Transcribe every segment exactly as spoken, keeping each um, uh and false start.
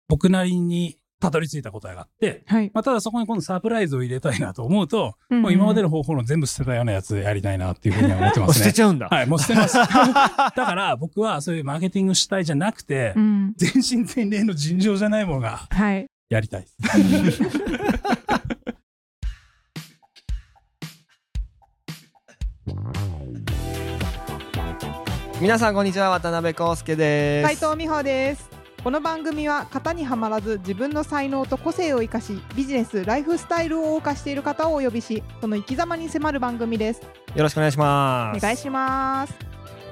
僕なりにたどり着いた答えがあって、はいまあ、ただそこに今度サプライズを入れたいなと思うと、うんうん、もう今までの方法の全部捨てたようなやつやりたいなっていうふうには思ってますね。 捨てちゃうんだ。 はい、もう捨てます。だから僕はそういうマーケティング主体じゃなくて、うん、全身全霊の尋常じゃないものがやりたいです。はい皆さんこんにちは、渡辺康介です。 斉藤美穂です。この番組は型にはまらず自分の才能と個性を生かしビジネス、ライフスタイルを謳歌している方をお呼びし、その生き様に迫る番組です。 よろしくお願いします。 お願いします。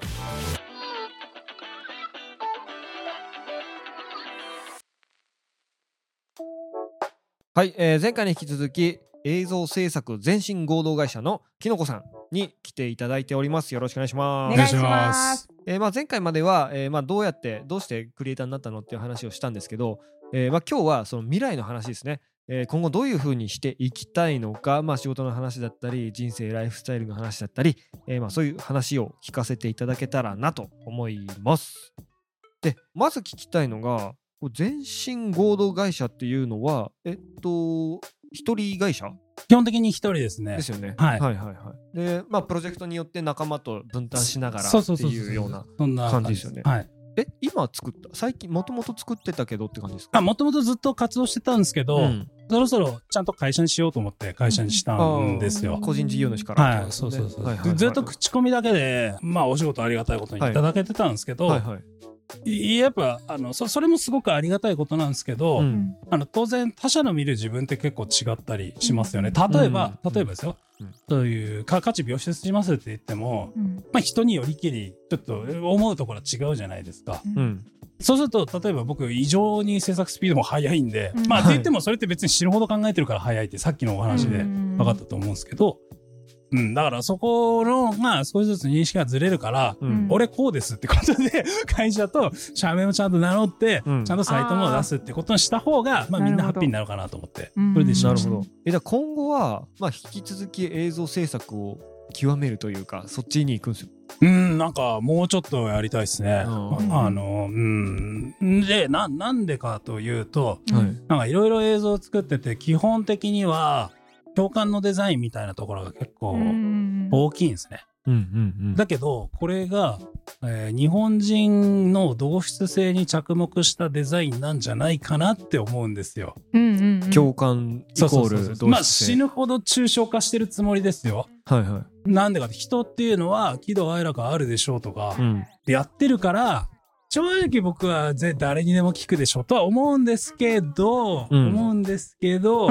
はい、えー、前回に引き続き映像制作前身合同会社のきのこさんに来ていただいております。よろしくお願いします。 お願いします。 えーまあ、前回までは、えーまあ、どうやってどうしてクリエイターになったのっていう話をしたんですけど、えーまあ、今日はその未来の話ですね。えー、今後どういう風にしていきたいのか、まあ、仕事の話だったり人生ライフスタイルの話だったり、えーまあ、そういう話を聞かせていただけたらなと思います。でまず聞きたいのが、前身合同会社っていうのはえっと一人会社？ 基本的に一人ですね。 ですよね。 はい、 はいはいはい。で、まあプロジェクトによって仲間と分担しながらっていうような感じですよね。はい。え、今作った最近もともと作ってたけどって感じですか？ あ、もともとずっと活動してたんですけど、うん、そろそろちゃんと会社にしようと思って会社にしたんですよ。 個人事業主から、 ね。はい、そうそうそう。はいはいはい、ずっと口コミだけで、まあお仕事ありがたいことにいただけてたんですけど。はいはいはいやっぱあの そ, それもすごくありがたいことなんですけど、うん、あの当然他者の見る自分って結構違ったりしますよね。例えば、うん、例えばですよ、うん、そういう価値描写しますって言っても、うんまあ、人によりきりちょっと思うところは違うじゃないですか、うん、そうすると例えば僕異常に制作スピードも速いんで、うん、まあって言ってもそれって別に死ぬほど考えてるから速いってさっきのお話で分かったと思うんですけど、うん、だからそこのが少しずつ認識がずれるから、うん、俺こうですってことで会社と社名をちゃんと名乗って、うん、ちゃんとサイトも出すってことにした方が、まあ、みんなハッピーになるかなと思ってそれでしました。 なるほど。え、じゃあ今後は、まあ、引き続き映像制作を極めるというかそっちに行くんですよ。 うんなんかもうちょっとやりたいですね。あのうんで な, なんでかというと、はい、なんかいろいろ映像を作ってて基本的には共感のデザインみたいなところが結構大きいんですね。うんうんうん、だけどこれが、えー、日本人の同質性に着目したデザインなんじゃないかなって思うんですよ。 うんうんうん、共感イコール同質性。 まあ死ぬほど抽象化してるつもりですよ。はいはい。なんでかって人っていうのは喜怒哀楽あるでしょうとか、うん、やってるから正直僕は誰にでも聞くでしょとは思うんですけど、うん、思うんですけど、うん、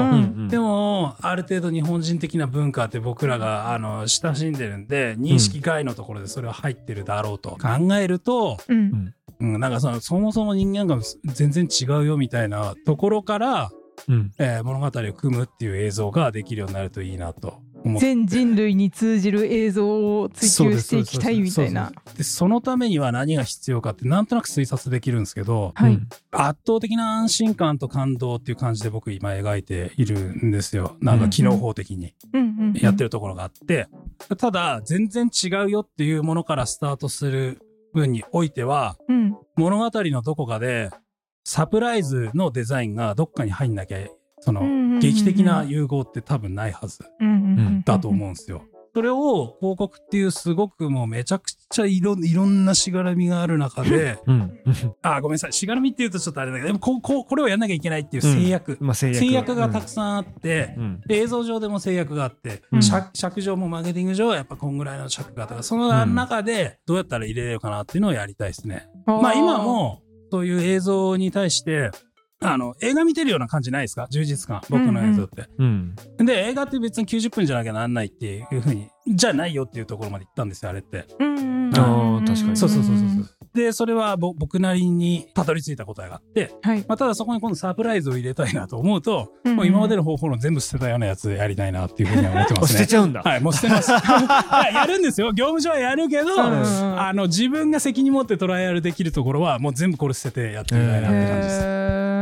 でもある程度日本人的な文化って僕らがあの親しんでるんで認識外のところでそれは入ってるだろうと考えると、うんうん、なんか そ, のそもそも人間が全然違うよみたいなところから、うんえー、物語を組むっていう映像ができるようになるといいなと。 全人類に通じる映像を追求していきたいみたいな。 でそのためには何が必要かってなんとなく推察できるんですけど、はい、圧倒的な安心感と感動っていう感じで僕今描いているんですよ。なんか機能法的にやってるところがあって、ただ全然違うよっていうものからスタートする分においては、うん、物語のどこかでサプライズのデザインがどっかに入んなきゃその劇的な融合って多分ないはずだと思うんですよ。それを広告っていうすごくもうめちゃくちゃいろ、いろんなしがらみがある中で、うん、あごめんなさいしがらみって言うとちょっとあれだけどでもこここれをやんなきゃいけないっていう制約、うんまあ、制約、制約がたくさんあって、うん、で映像上でも制約があって、うん、尺, 尺上もマーケティング上はやっぱこんぐらいの尺がとかその中でどうやったら入れれるかなっていうのをやりたいですね。うん、まあ今もそういう映像に対してあの映画見てるような感じないですか？充実感僕の映像って、うんうん、で映画って別にきゅうじゅっぷんじゃなきゃなんないっていう風にじゃないよっていうところまで行ったんですよあれって、うんうん、あ確かにそうそうそうそうでそれは僕なりにたどり着いた答えがあって、はいまあ、ただそこに今度サプライズを入れたいなと思うと、うんうん、もう今までの方法の全部捨てたようなやつやりたいなっていう風には思ってますね。 捨てちゃうんだ。 はいもう捨てますや, やるんですよ業務上はやるけど、うんうん、あの自分が責任持ってトライアルできるところはもう全部これ捨ててやってみたいなって感じです。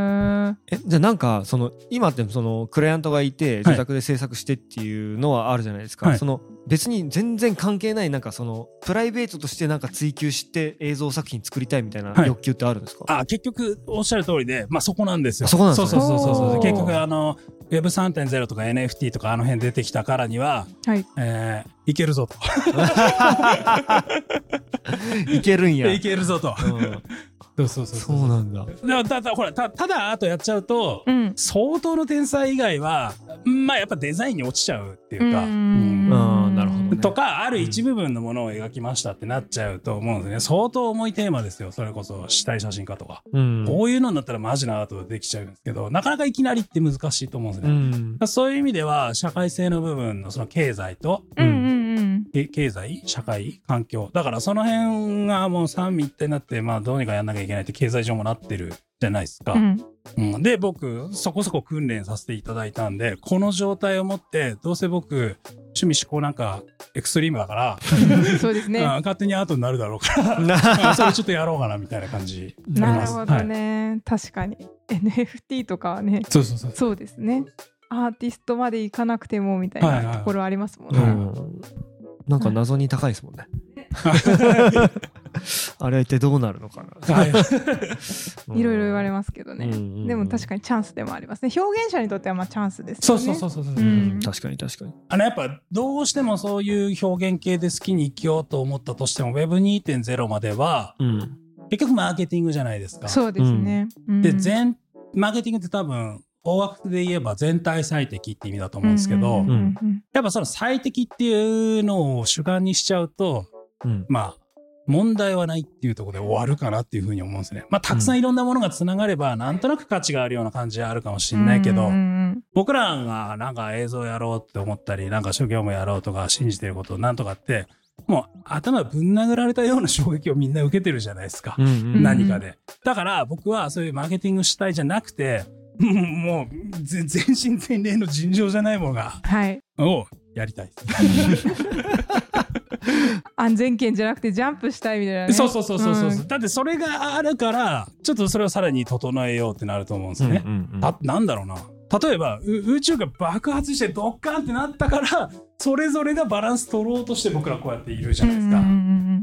えじゃあなんかその今ってそのクライアントがいて自宅で制作してっていうのはあるじゃないですか、はい、その別に全然関係ないなんかそのプライベートとしてなんか追求して映像作品作りたいみたいな欲求ってあるんですか？ はい、あ結局おっしゃる通りで、まあ、そこなんですよ。 そこなんですね。 そうそうそうそう。結局あの ウェブスリーてんゼロ とか エヌエフティー とかあの辺出てきたからには、はいえー、いけるぞといけるんやいけるぞと、うんそうそうそうそうなんだ。 ただほら た, ただあとやっちゃうと、うん、相当の天才以外はまあやっぱデザインに落ちちゃうっていうか、うん、 あなるほど、ね、 とかある一部分のものを描きましたってなっちゃうと思うんですね。相当重いテーマですよ。それこそ死体写真家とか、うん、こういうのになったらマジなアートできちゃうんですけど、なかなかいきなりって難しいと思うんですね、うん、そういう意味では社会性の部分のその経済と、うんうん経済社会環境だからその辺がもう三位一体になって、まあ、どうにかやんなきゃいけないって経済上もなってるじゃないですか、うんうん、で僕そこそこ訓練させていただいたんでこの状態をもってどうせ僕趣味思考なんかエクストリームだからそうですね勝手にアートになるだろうからそれちょっとやろうかなみたいな感じなるほどね、はい、確かに エヌエフティー とかはねそうそうそうそうですねアーティストまでいかなくてもみたいなところありますもんね、はいはいうんなんか謎に高いですもんね。あれは一体どうなるのかな。はい、 いろいろ言われますけどね、うんうんうん。でも確かにチャンスでもありますね。表現者にとってはまあチャンスですよね。 そうそうそうそう、うん、 確かに確かに。 あのやっぱどうしてもそういう表現系で好きに生きようと思ったとしても ウェブにてんゼロ までは、うん、結局マーケティングじゃないですか。 そうですね。うん、 で全マーケティングって多分大枠で言えば全体最適って意味だと思うんですけど、うんうんうん、やっぱその最適っていうのを主眼にしちゃうと、うん、まあ問題はないっていうところで終わるかなっていうふうに思うんですね。まあたくさんいろんなものがつながれば、うん、なんとなく価値があるような感じはあるかもしれないけど、うんうんうん、僕らがなんか映像やろうって思ったりなんか諸行もやろうとか信じてることなんとかってもう頭ぶん殴られたような衝撃をみんな受けてるじゃないですか、うんうん、何かで。だから僕はそういうマーケティング主体じゃなくてもう全身全霊の尋常じゃないものが、はい、をやりたい安全圏じゃなくてジャンプしたいみたいなね。 そうそうそうそうそう、うん、だってそれがあるからちょっとそれをさらに整えようってなると思うんですね、うんうんうん、たなんだろうな例えば宇宙が爆発してドッカーンってなったからそれぞれがバランス取ろうとして僕らこうやっているじゃないですか、うんうんうん、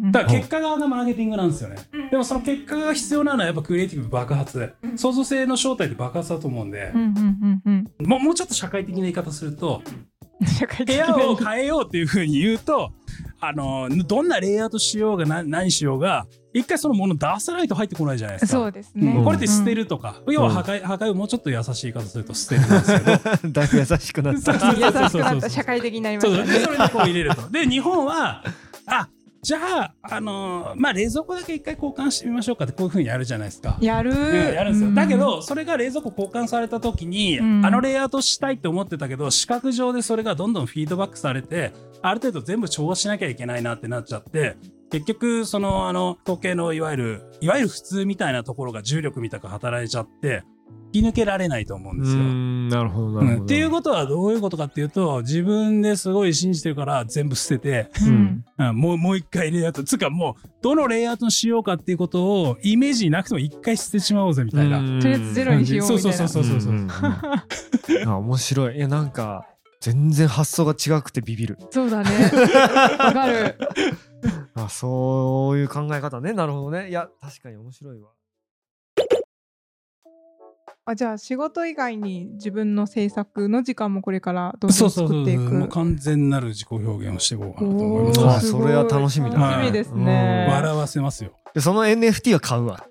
だから結果側がマーケティングなんですよね、うん、でもその結果が必要なのはやっぱクリエイティブ爆発、うん、創造性の正体って爆発だと思うんで、うんうんうんうん、も, もうちょっと社会的な言い方すると部屋を変えようっていう風に言うとあのどんなレイアウトしようが 何, 何しようが一回そのもの出さないと入ってこないじゃないですか。 そうですね、 うん、これって捨てるとか、うん、要は破壊、破壊をもうちょっと優しい言い方すると捨てるんですけどだいぶ優しくなった優しくなった社会的になりましたね。 そうそうでそれでこう入れるとで日本はあじゃあ、あのー、まあ冷蔵庫だけ一回交換してみましょうかってこういう風にやるじゃないですか。 やる、うん、 やるんですよ、うん、だけどそれが冷蔵庫交換された時に、うん、あのレイアウトしたいって思ってたけど視覚上でそれがどんどんフィードバックされてある程度全部調和しなきゃいけないなってなっちゃって結局そのあの時計のいわゆるいわゆる普通みたいなところが重力みたく働いちゃって引き抜けられないと思うんですよ。うーんなるほどなるほど、うん、 っていうことはどういうことかっていうと自分ですごい信じてるから全部捨てて、うんうん、もうもう一回レイアウトつうかもうどのレイアウトにしようかっていうことをイメージなくても一回捨てちまおうぜみたいなとりあえずゼロにしようみたいな。 そうそうそうそうそう、うんうん、 あ面白い。いやなんか全然発想が違くてビビる。 そうだねわかるあそういう考え方ね。なるほどね。いや確かに面白いわ。 あじゃあ仕事以外に自分の制作の時間もこれからどんどん作っていく。 そうそうそうもう完全なる自己表現をしていこうかなと思います。 あそれは楽しみだね。 楽しみですね。 笑わせますよ。 でその エヌエフティー は買うわ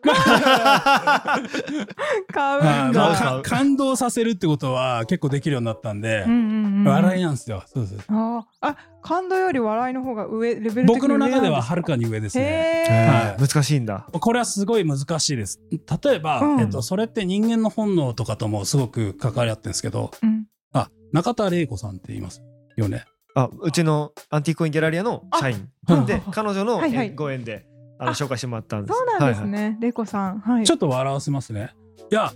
買うんだ、 まあ、感動させるってことは結構できるようになったんで、うんうんうん、笑いなんですよ。そうそうああ感動より笑いの方が上レベル的に上僕の中でははるかに上ですね、はい、難しいんだ。 これはすごい難しいです。例えば、うんえっと、それって人間の本能とかともすごく関わり合ってるんですけど、うん、あ中田玲子さんって言いますよね。 あうちのアンティークコインギャラリアの社員で彼女のご縁であの紹介してもらったんです。 そうなんですね、はいはい、レコさん、はい、 ちょっと笑わせますね。いや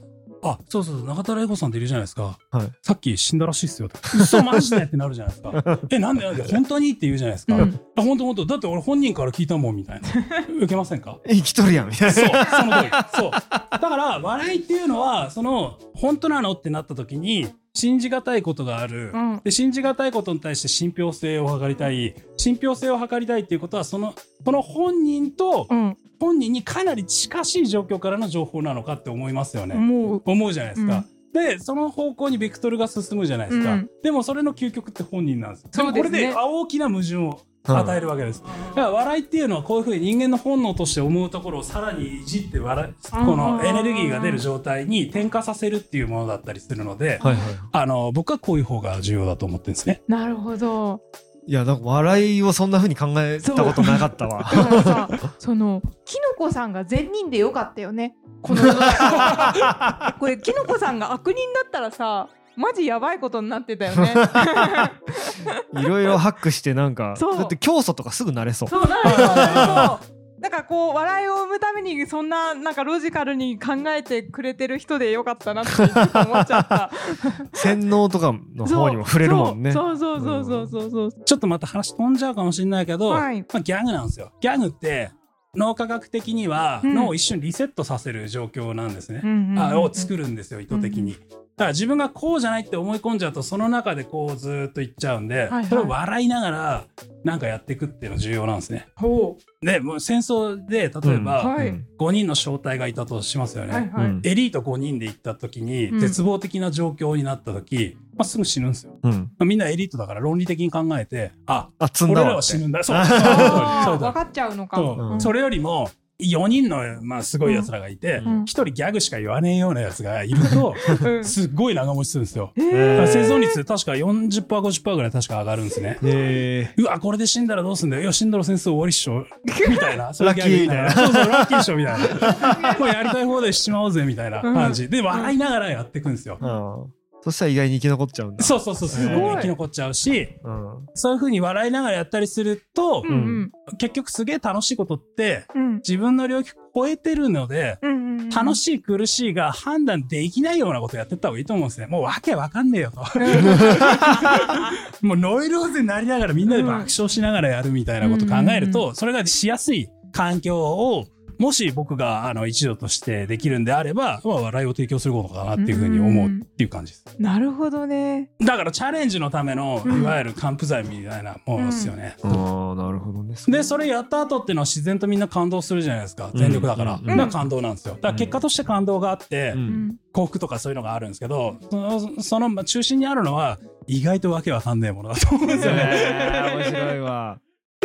あ、そうそう、中田玲子さんっているじゃないですか。 はい。 さっき死んだらしいっすよ。嘘マジでってなるじゃないですか。え、なんでなんで本当にって言うじゃないですか。うん、あ、本当本当。だって俺本人から聞いたもんみたいな。受けませんか？ 生きとるやんみたいな。 そう、その通り。そう。だから笑いっていうのはその本当なのってなった時に信じがたいことがある、うん、で信じがたいことに対して信憑性を図りたい、信憑性を図りたいっていうことはそのその本人と、うん本人にかなり近しい状況からの情報なのかって思いますよね。思う、思うじゃないですか、うん、でその方向にベクトルが進むじゃないですか、うん、でもそれの究極って本人なんです。そうですね。でもこれで大きな矛盾を与えるわけです、うん、だから笑いっていうのはこういうふうに人間の本能として思うところをさらにいじって笑このエネルギーが出る状態に転化させるっていうものだったりするので、はいはい、あの僕はこういう方が重要だと思ってるんですね。 なるほど。 いや、なんか笑いをそんな風に考えたことなかったわ。 だからさ、そのきのこさんが善人でよかったよね。このこれきのこさんが悪人だったらさ、マジやばいことになってたよね。 いろいろハックしてなんか、だって教祖とかすぐなれそう。 そうなれそうなれそう。だからこう笑いを生むためにそんななんかロジカルに考えてくれてる人でよかったなって思っちゃった。 洗脳とかの方にも触れるもんね。 そうそうそうそうそうそう、うん、 ちょっとまた話飛んじゃうかもしれないけど、はい、まあ、ギャグなんですよ。ギャグって脳科学的には脳を一瞬リセットさせる状況なんですね、うん、あを作るんですよ、意図的に、うん、だから自分がこうじゃないって思い込んじゃうとその中でこうずっといっちゃうんで、はいはい、それを笑いながらなんかやっていくっていうのが重要なんですね。ほう。でもう戦争で例えば、うんはい、ごにんの小隊がいたとしますよね、はいはい、エリートごにんで行った時に、うん、絶望的な状況になった時、まあ、すぐ死ぬんですよ、うんまあ、みんなエリートだから論理的に考えて、ああ俺らは死ぬんだ、そうそうそう分かっちゃうのかも、 うん、それよりもよにんの、まあ、すごい奴らがいて、うん、ひとりギャグしか言わねえような奴がいると、うん、すっごい長持ちするんですよ。生存率確か よんじゅっパーセント、ごじゅっパーセント ぐらい確か上がるんですね。うわ、これで死んだらどうすんだよ。いや、死んだら戦争終わりっしょ。みたいな。 ラッキーみたいな。 そうそう、ラッキーっしょ、みたいな。もうやりたい放題しちまおうぜ、みたいな感じ。で、笑いながらやっていくんですよ。うんそしたら意外に生き残っちゃうんだ。 そうそうそう、すごい生き残っちゃうし、うん、そういう風に笑いながらやったりすると、うん、結局すげえ楽しいことって、うん、自分の領域超えてるので、うんうんうん、楽しい苦しいが判断できないようなことやってった方がいいと思うんですね。もうわけわかんねえよと。もうノイローゼになりながらみんなで爆笑しながらやるみたいなこと考えると、うんうんうん、それがしやすい環境をもし僕があの一助としてできるんであれば、まあ、笑いを提供することかなっていうふうに思うっていう感じです。 なるほどね。 だからチャレンジのためのいわゆる還付剤みたいなものですよね、 うんうん、ああなるほどね。 でそれやった後っていうのは自然とみんな感動するじゃないですか、全力だから、うん、だから感動なんですよ。だから結果として感動があって、うん、幸福とかそういうのがあるんですけど、その、その中心にあるのは意外とわけわかんないものだと思うんですよね。 えー、面白いわ。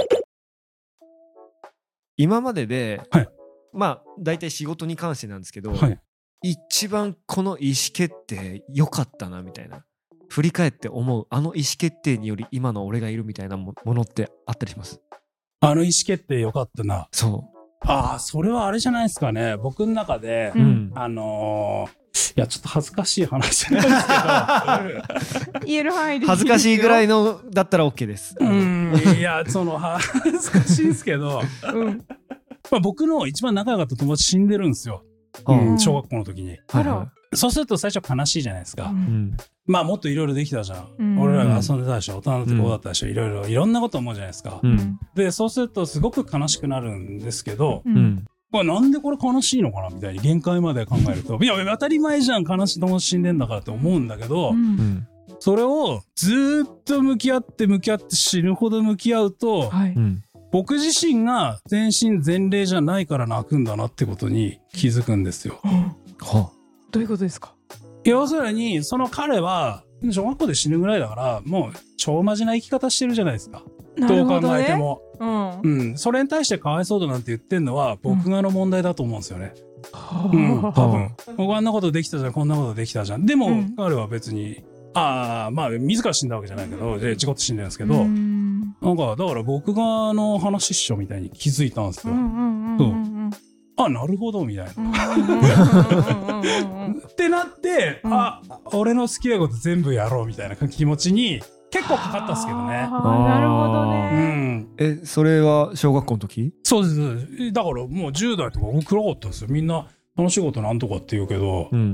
今までで、はい、まあ大体仕事に関してなんですけど、はい、一番この意思決定良かったなみたいな、振り返って思うあの意思決定により今の俺がいるみたいなものってあったりします？ あの意思決定良かったな。 そう。 ああ、それはあれじゃないですかね。僕の中で、うん、あのー、いやちょっと恥ずかしい話じゃないですけど言える範囲で恥ずかしいぐらいのだったら OK です。 うんいやその恥ずかしいですけど、うんまあ、僕の一番仲良かった友達死んでるんですよ、うん、小学校の時に。あら。そうすると最初悲しいじゃないですか、うん、まあもっといろいろできたじゃん、うん、俺らが遊んでたでしょ、大人ってこうだったでしょ、いろいろいろんなこと思うじゃないですか、うん、でそうするとすごく悲しくなるんですけど、うん、まあ、なんでこれ悲しいのかなみたいに限界まで考えるといや当たり前じゃん、悲しい友達死んでんだからって思うんだけど、うん、それをずーっと向き合って向き合って死ぬほど向き合うと、はいうん、僕自身が全身全霊じゃないから泣くんだなってことに気づくんですよ、うんはあ、どういうことですか？ 要するにその彼は小学校で死ぬぐらいだからもう超マジな生き方してるじゃないですか、ど, ね、どう考えても、うんうん、それに対してかわいそうだなんて言ってんのは僕がの問題だと思うんですよね、うんうん、多分僕あんなことできたじゃん、こんなことできたじゃん、でも、うん、彼は別にああまあ自ら死んだわけじゃないけど事故って死んでるんですけど、うんなんかだから僕がの話っしょみたいに気づいたんですよ、うんうんうんうん、あなるほどみたいなってなって、うん、あ俺の好きなこと全部やろうみたいな気持ちに結構かかったっすけどね。 あなるほどね、 うん、えそれは小学校の時？ そうです。だからもうじゅう代とか暗かったですよ。みんな楽しいことなんとかって言うけど、うん、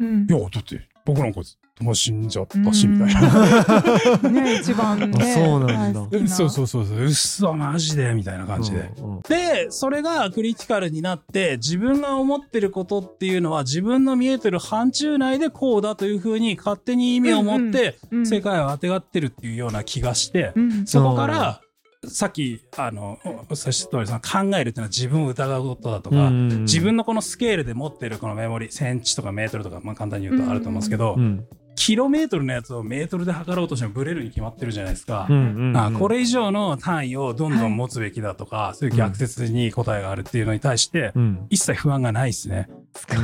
うん、 いやだって僕なんか友達死んじゃったしみたいなね一番ねそうなんだそうそうそうそううっそマジでみたいな感じで、うんうん、でそれがクリティカルになって自分が思ってることっていうのは自分の見えてる範疇内でこうだというふうに勝手に意味を持って世界を当てがってるっていうような気がして、うんうん、そこからさっきあのお伝えした通りその考えるっていうのは自分を疑うことだとか、うんうんうん、自分のこのスケールで持ってるこのメモリセンチとかメートルとか、まあ、簡単に言うとあると思うんですけど、うんうん、キロメートルのやつをメートルで測ろうとしてもブレるに決まってるじゃないですか、うんうんうん、あこれ以上の単位をどんどん持つべきだとか、はい、そういう逆説に答えがあるっていうのに対して、うん、一切不安がないですね、うん、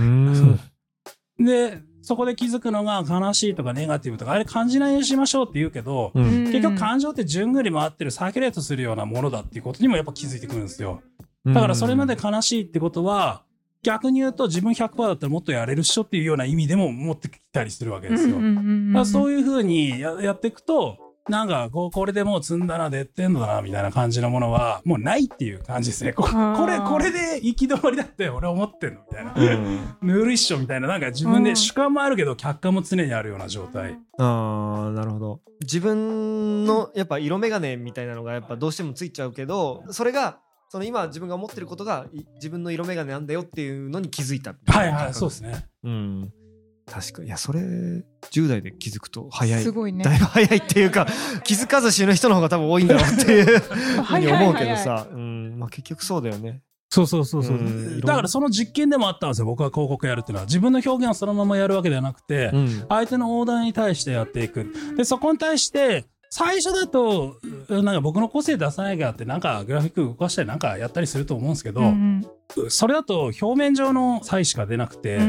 でそこで気づくのが悲しいとかネガティブとかあれ感じないようにしましょうって言うけど、うん、結局感情って順繰り回ってるサーキュレートするようなものだっていうことにもやっぱ気づいてくるんですよ。だからそれまで悲しいってことは逆に言うと自分 ひゃくパーセント だったらもっとやれるっしょっていうような意味でも持ってきたりするわけですよ。だからそういう風に や, やっていくとなんかこうこれでもう積んだなでってんのだなみたいな感じのものはもうないっていう感じですね。こ, これこれで行き止まりだって俺思ってんのみたいな、うん、ぬるいっしょみたいななんか自分で主観もあるけど客観も常にあるような状態。 あーなるほど。自分のやっぱ色眼鏡みたいなのがやっぱどうしてもついちゃうけどそれがその今自分が思ってることが自分の色眼鏡なんだよっていうのに気づいた。 はいはいそうですね。 うん確かにいやそれじゅう代で気づくと早いすごいねだいぶ早いっていうか気づかず死ぬ人の方が多分多いんだろうっていうふうに思うけどさうんまあ結局そうだよね。 そうそうそうそう、うん、だからその実験でもあったんですよ僕は広告やるっていうのは自分の表現をそのままやるわけではなくて、うん、相手のオーダーに対してやっていくでそこに対して最初だとなんか僕の個性出さないかってなんかグラフィック動かしたりなんかやったりすると思うんですけど、うんうん、それだと表面上の差異しか出なくて、うん、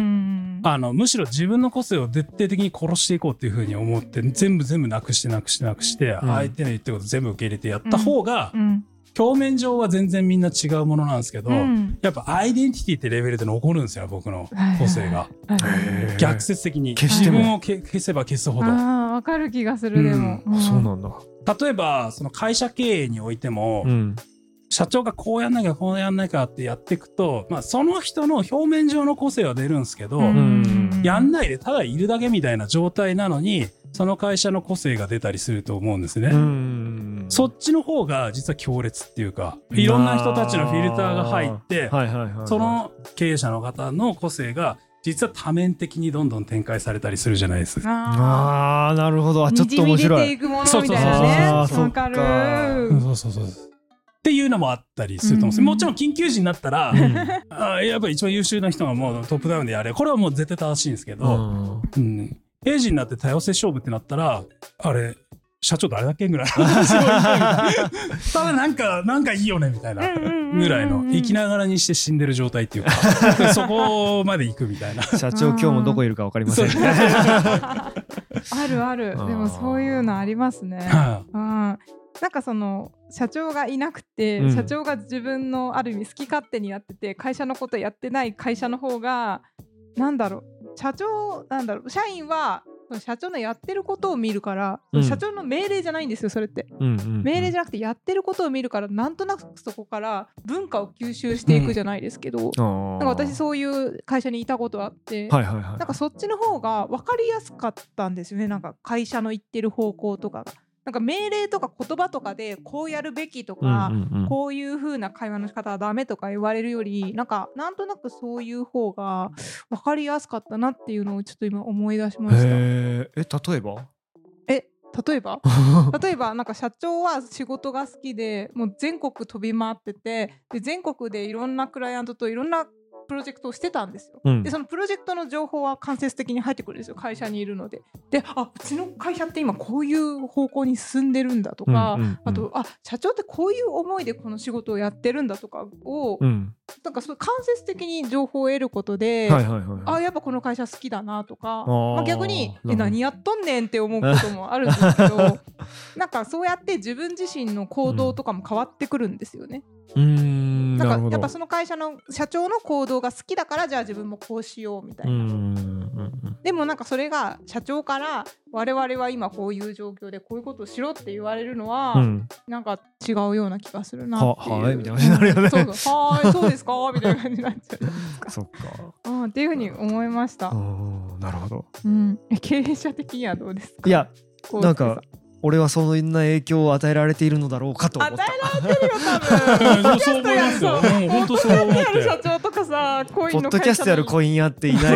あのむしろ自分の個性を徹底的に殺していこうっていう風に思って全部全部なくしてなくしてなくして、うん、相手の言ってること全部受け入れてやった方が、うんうん表面上は全然みんな違うものなんですけど、うん、やっぱアイデンティティってレベルで残るんですよ僕の個性が、はいはい、逆説的に自分を消せば消すほどあ分かる気がするでも、 うん、そうなんだ。 例えばその会社経営においても、うん、社長がこうやんなきゃこうやんなきゃってやっていくと、まあ、その人の表面上の個性は出るんですけど、うん、やんないでただいるだけみたいな状態なのにその会社の個性が出たりすると思うんですね。うんそっちの方が実は強烈っていうかいろんな人たちのフィルターが入って、はいはいはいはい、その経営者の方の個性が実は多面的にどんどん展開されたりするじゃないですか。 ああなるほど。ちょっと面白い。 にじみ出ていくものみたいなね。わかる。 そうそうそう。っていうのもあったりすると思うんです、うん、もちろん緊急時になったら、うん、あやっぱり一番優秀な人がもうトップダウンでやれこれはもう絶対正しいんですけど、うんうん、エイジになって多様性勝負ってなったらあれ社長誰だっけぐらいただなんかなんかいいよねみたいなぐらいの生きながらにして死んでる状態っていうかそこまで行くみたいな社長今日もどこいるか分かりませんあるあるでもそういうのありますね、はあ、なんかその社長がいなくて、うん、社長が自分のある意味好き勝手にやってて会社のことやってない会社の方がなんだろう社長なんだろう社員は社長のやってることを見るから、うん、社長の命令じゃないんですよそれって、うんうんうん、命令じゃなくてやってることを見るからなんとなくそこから文化を吸収していくじゃないですけど、うん、なんか私そういう会社にいたことあって、はいはいはい、なんかそっちの方が分かりやすかったんですよね。なんか会社の言ってる方向とかがなんか命令とか言葉とかでこうやるべきとか、うんうんうん、こういう風な会話の仕方はダメとか言われるよりなんかなんとなくそういう方が分かりやすかったなっていうのをちょっと今思い出しました。 ええ例えばえ例えば例えばなんか社長は仕事が好きでもう全国飛び回っててで全国でいろんなクライアントといろんなプロジェクトをしてたんですよ、うん、でそのプロジェクトの情報は間接的に入ってくるんですよ会社にいるのでであうちの会社って今こういう方向に進んでるんだとか、うんうんうん、あとあ社長ってこういう思いでこの仕事をやってるんだとかを、うん、なんかそう間接的に情報を得ることで、はいはいはいはい、あやっぱこの会社好きだなとかまあ、逆にえ何やっとんねんって思うこともあるんですけどなんかそうやって自分自身の行動とかも変わってくるんですよね、うん、なんかやっぱその会社の社長の行動が好きだからじゃあ自分もこうしようみたいな。うんうんうん、でもなんかそれが社長から我々は今こういう状況でこういうことをしろって言われるのは、うん、なんか違うような気がするなっていう。 は、はいみたいな感じになるよね。 そうそうはいそうですかみたいな感じになっちゃう。そっかあっていうふうに思いました。 なるほど、 うん、経営者的にはどうですか？ いやなんか俺はそんな影響を与えられているのだろうかと思った。 与えられてるよ多分。 そう思いますよ。本当そう思って。 社長とかさ、コインの会社のポッドキャストやるコインやっていない。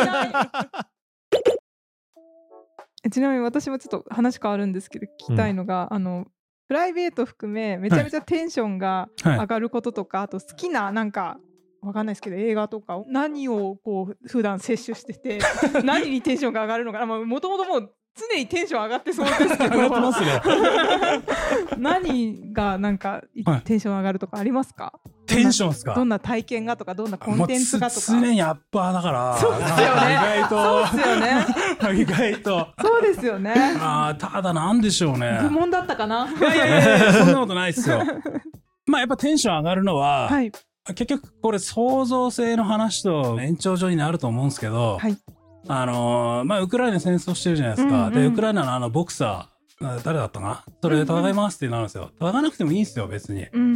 ちなみに私もちょっと話変わるんですけど聞きたいのが、うん、あのプライベート含めめちゃめちゃテンションが上がることとか、はい、あと好きななんかわかんないですけど映画とか何をこう普段摂取してて何にテンションが上がるのかな、もともともう常にテンション上がってそうですけど上がってますね何がなんかテンション上がるとかありますか？ テンションですか？ どんな体験がとかどんなコンテンツがとか。 常にアッパーだからそうですよね。 意外とそうですよね意外とそうですよね。 あただなんでしょうね、 愚問だったかな。 いやいやいやそんなことないですよまあやっぱテンション上がるのは、はい、結局これ創造性の話と延長上になると思うんですけど、はい、あのー、まあウクライナ戦争してるじゃないですか、うんうん、でウクライナのあのボクサー誰だったかな、それで戦いますってなるんですよ。戦わなくてもいいんですよ別に、うん、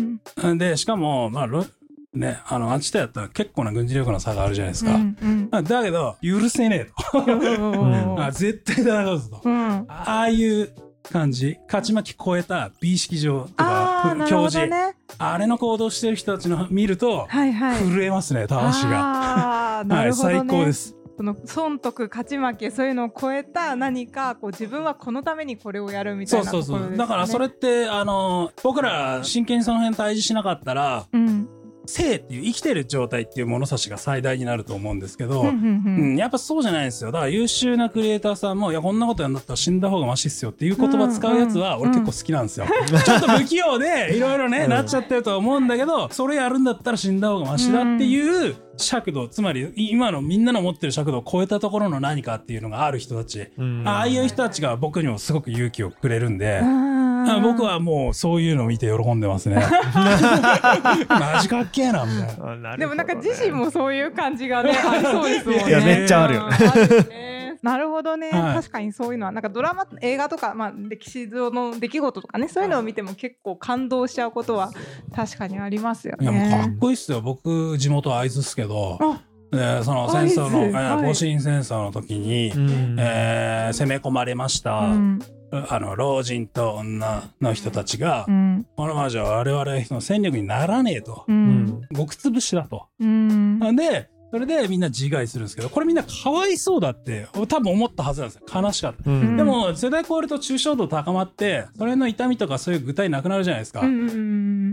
でしかもまあロね、あのあっちとやったら結構な軍事力の差があるじゃないですか、うんうん、だけど許せねえと絶対戦うぞと、うん、ああいう感じ、勝ち負け超えた美意識上とか教示、ね、あれの行動してる人たちの見ると、はいはい、震えますね魂が。あなるほどね、はい、最高です。 その損得勝ち負けそういうのを超えた何かこう自分はこのためにこれをやるみたいなところですよね。そうそうそう、 だからそれってあの僕ら真剣にその辺対峙しなかったら、うん生っていう生きてる状態っていう物差しが最大になると思うんですけど、うんうんうん、やっぱそうじゃないですよ。だから優秀なクリエイターさんもいやこんなことやんだったら死んだ方がマシっすよっていう言葉使うやつは俺結構好きなんですよ、うんうん、ちょっと不器用でいろいろねなっちゃってるとは思うんだけど、それやるんだったら死んだ方がマシだっていう尺度、つまり今のみんなの持ってる尺度を超えたところの何かっていうのがある人たち、うん、ああいう人たちが僕にもすごく勇気をくれるんで、僕はもうそういうのを見て喜んでますねマジかっけえなみたいな。 でもなんか自身もそういう感じがねありそうですもんね。 いやめっちゃあるよね。 なるほどね、はい、確かにそういうのはなんかドラマ映画とか、まあ、歴史上の出来事とかねそういうのを見ても結構感動しちゃうことは確かにありますよね。 いやもうかっこいいっすよ。僕地元会津っすけど、でその戦争の、えー、戊辰戦争の時に、はいえー、攻め込まれました、うんあの老人と女の人たちが、うん、このままじゃ我々の戦力にならねえと、うん、極潰しだと、うん、でそれでみんな自害するんですけど、これみんなかわいそうだって多分思ったはずなんですよ。悲しかった、うん、でも世代超えると抽象度高まってそれの痛みとかそういう具体なくなるじゃないですか、うん、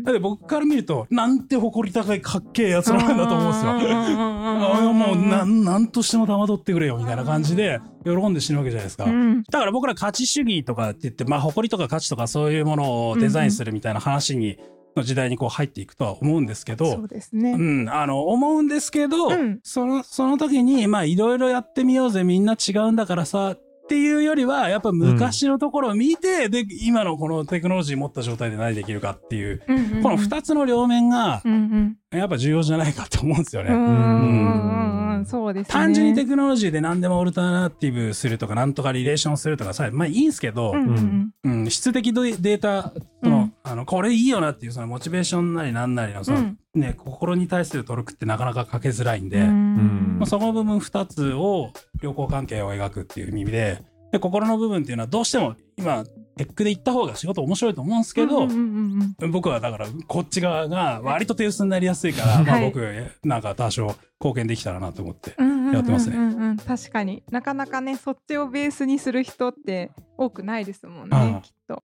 だって僕から見るとなんて誇り高いかっけえやつなんだと思うんですよもうな ん, なんとしても玉取ってくれよみたいな感じで喜んで死ぬわけじゃないですか、うん、だから僕ら価値主義とかって言って、まあ、誇りとか価値とかそういうものをデザインするみたいな話に、うんの時代にこう入っていくとは思うんですけど、 そうですね。 うん、あの思うんですけど、うん、そのその時にまあいろいろやってみようぜみんな違うんだからさっていうよりはやっぱ昔のところを見て、うん、で今のこのテクノロジー持った状態で何できるかっていう、うんうんうん、この二つの両面がやっぱ重要じゃないかと思うんですよね。うんうんうん、そうですね。単純にテクノロジーで何でもオルタナティブするとかなんとかリレーションするとかさ、まあいいんですけど、うんうんうん、質的データの、うんあのこれいいよなっていうそのモチベーションなりなんなりのその、うんね、心に対するトルクってなかなかかけづらいんで、うんまあ、その部分ふたつを良好関係を描くっていう意味で、で心の部分っていうのはどうしても今テックで行った方が仕事面白いと思うんですけど、うんうんうんうん、僕はだからこっち側が割と手薄になりやすいから、はいまあ、僕なんか多少貢献できたらなと思ってやってますね、うんうんうんうん、 確かになかなかねそっちをベースにする人って多くないですもんねきっと。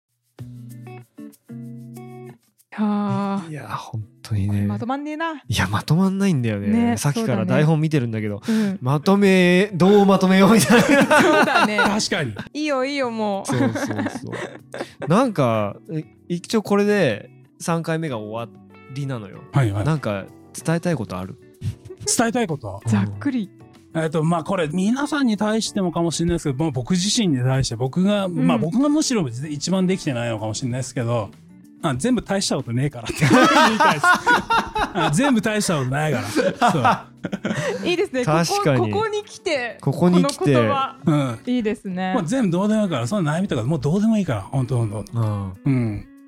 いや本当にねまとまんねえな。 いやまとまんないんだよ ね, ねさっきから台本見てるんだけど、ねうん、まとめどうまとめようみたいなそうだね確かにいいよいいよもうそうそうそうなんか一応これでさんかいめが終わりなのよ、はいはい、なんか伝えたいことある伝えたいことざっくり、 えっとまあこれ皆さんに対してもかもしれないですけど、まあ、僕自身に対して僕が、うん、まあ僕がむしろ一番できてないのかもしれないですけどあ全部大したことねえからって言いたいですあ全部大したことないからそういいですね。 確かにこ, こ, ここに来てここに来てこの言葉、うん、いいですね、 まあ、全部どうでもいいからそんな悩みとかもうどうでもいいから本当本当、うんうん、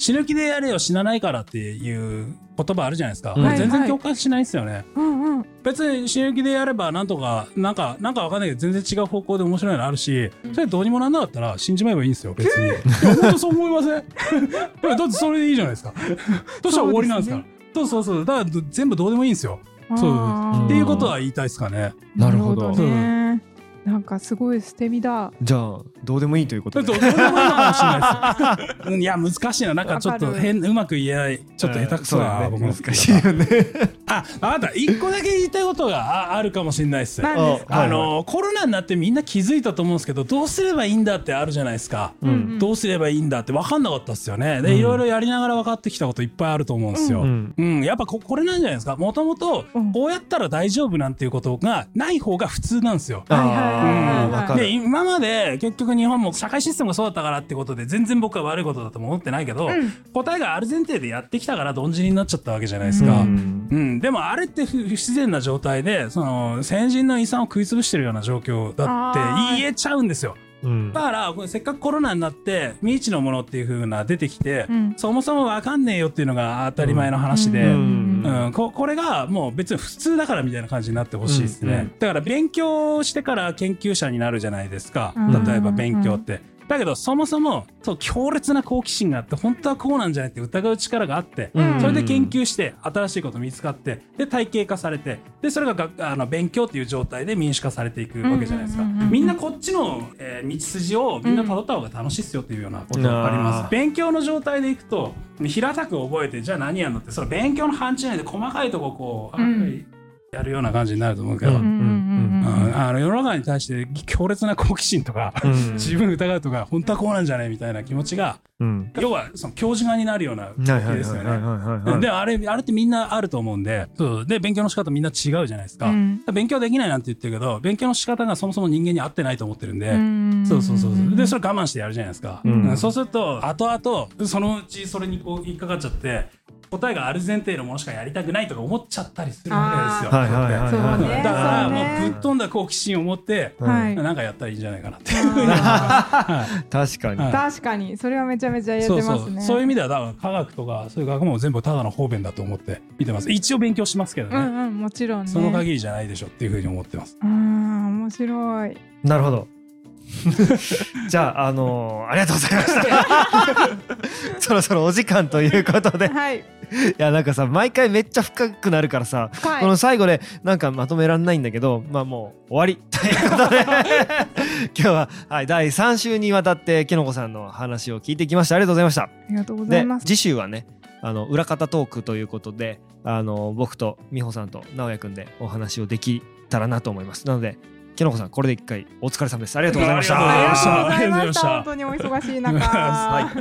死ぬ気でやれよ死なないからっていう言葉あるじゃないですか、 うん、 全然共感しないですよね、 はいうんうん、 別に死ぬ気でやればなんとかなんかなんかわかんないけど全然違う方向で面白いのあるし、それどうにもなんなかったら死んじまえばいいんですよ別に。いや本当そう思いません？だってそれでいいじゃないですか。そしたら終わりなんですから。そうそうそう、だから全部どうでもいいんですよ。そうっていうことは言いたいですかね。 なるほど。 なんかすごい捨て身だ。 じゃあどうでもいいということで。 どうでもいいのかもしれないです。いや難しいな、なんかちょっと変うまく言えないちょっと下手くそな、 僕も難しいよね。 あ、あなた一個だけ言いたいことが あ, あるかもしれないです。 何ですか？ あのコロナになってみんな気づいたと思うんですけど、どうすればいいんだってあるじゃないですか、うん、どうすればいいんだって分かんなかったっすよね。でいろいろやりながら分かってきたこといっぱいあると思うんですよ、うんうん、やっぱ こ, これなんじゃないですか。もともとこうやったら大丈夫なんていうことがない方が普通なんですよ。で今まで結局日本も社会システムがそうだったからってことで全然僕は悪いことだと思ってないけど、うん、答えがある前提でやってきたからどんじりになっちゃったわけじゃないですか、うんうん、でもあれって不自然な状態でその先人の遺産を食い潰してるような状況だって言えちゃうんですよ。うん、だからせっかくコロナになって未知のものっていう風な出てきて、うん、そもそも分かんねえよっていうのが当たり前の話で、うんうん、こ, これがもう別に普通だからみたいな感じになってほしいですね、うんうん、だから勉強してから研究者になるじゃないですか、うん、例えば勉強って、だけどそもそもそう強烈な好奇心があって本当はこうなんじゃないって疑う力があって、うん、それで研究して新しいこと見つかってで体系化されてでそれががあの勉強っていう状態で民主化されていくわけじゃないですか、うんうんうんうん、みんなこっちの、えー、道筋をみんな辿った方が楽しいっすよっていうようなことがあります、うん、勉強の状態でいくと平たく覚えてじゃあ何やるのってその勉強の範疇内で細かいとここう、うんやるような感じになると思うけど、うんうんうんうん、あの世の中に対して強烈な好奇心とか、うん、自分疑うとか本当はこうなんじゃないみたいな気持ちが、うん、要はその教授側になるような動きですよね。であれあれってみんなあると思うんで、そうで勉強の仕方みんな違うじゃないですか、うん、勉強できないなんて言ってるけど勉強の仕方がそもそも人間に合ってないと思ってるんで、うん、そうそうそうそうでそれ我慢してやるじゃないですか、うん、そうすると後々そのうちそれにこう引っかかっちゃって答えがある前提のものしかやりたくないとか思っちゃったりするわけですよ。だからもうぶっ飛んだ好奇心を持って、はい、なんかやったらいいんじゃないかなっていうふうに思います。 確かに、 はい、確かにそれはめちゃめちゃ言えてますね。 そうそう、そういう意味では多分科学とかそういう学問も全部ただの方便だと思って見てます。一応勉強しますけどね、 うんうん、もちろんね、 その限りじゃないでしょっていうふうに思ってます。 あー面白い。 なるほど。じゃあ、あのー、ありがとうございましたそろそろお時間ということで、はい、いやなんかさ毎回めっちゃ深くなるからさ、はい、この最後でなんかまとめらんないんだけど、まあもう終わりということで今日は、はい、だいさん週にわたってきのこさんの話を聞いてきました。ありがとうございました。ありがとうございます。 で次週はねあの裏方トークということであの僕と美穂さんと直哉くんでお話をできたらなと思います。なのできのこさんこれで一回お疲れ様です。ありがとうございました。 ありがとうございました。本当にお忙しい中はい、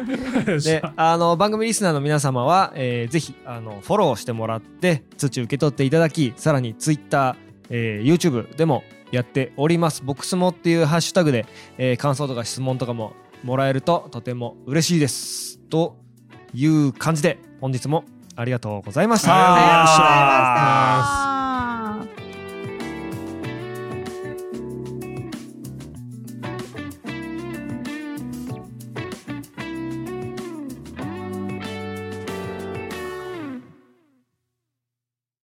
であの番組リスナーの皆様は、えー、ぜひあのフォローしてもらって通知受け取っていただき、さらにツイッター、えー、YouTube でもやっておりますボクスモっていうハッシュタグで、えー、感想とか質問とかももらえるととても嬉しいですという感じで本日もありがとうございました。 ありがとうございました。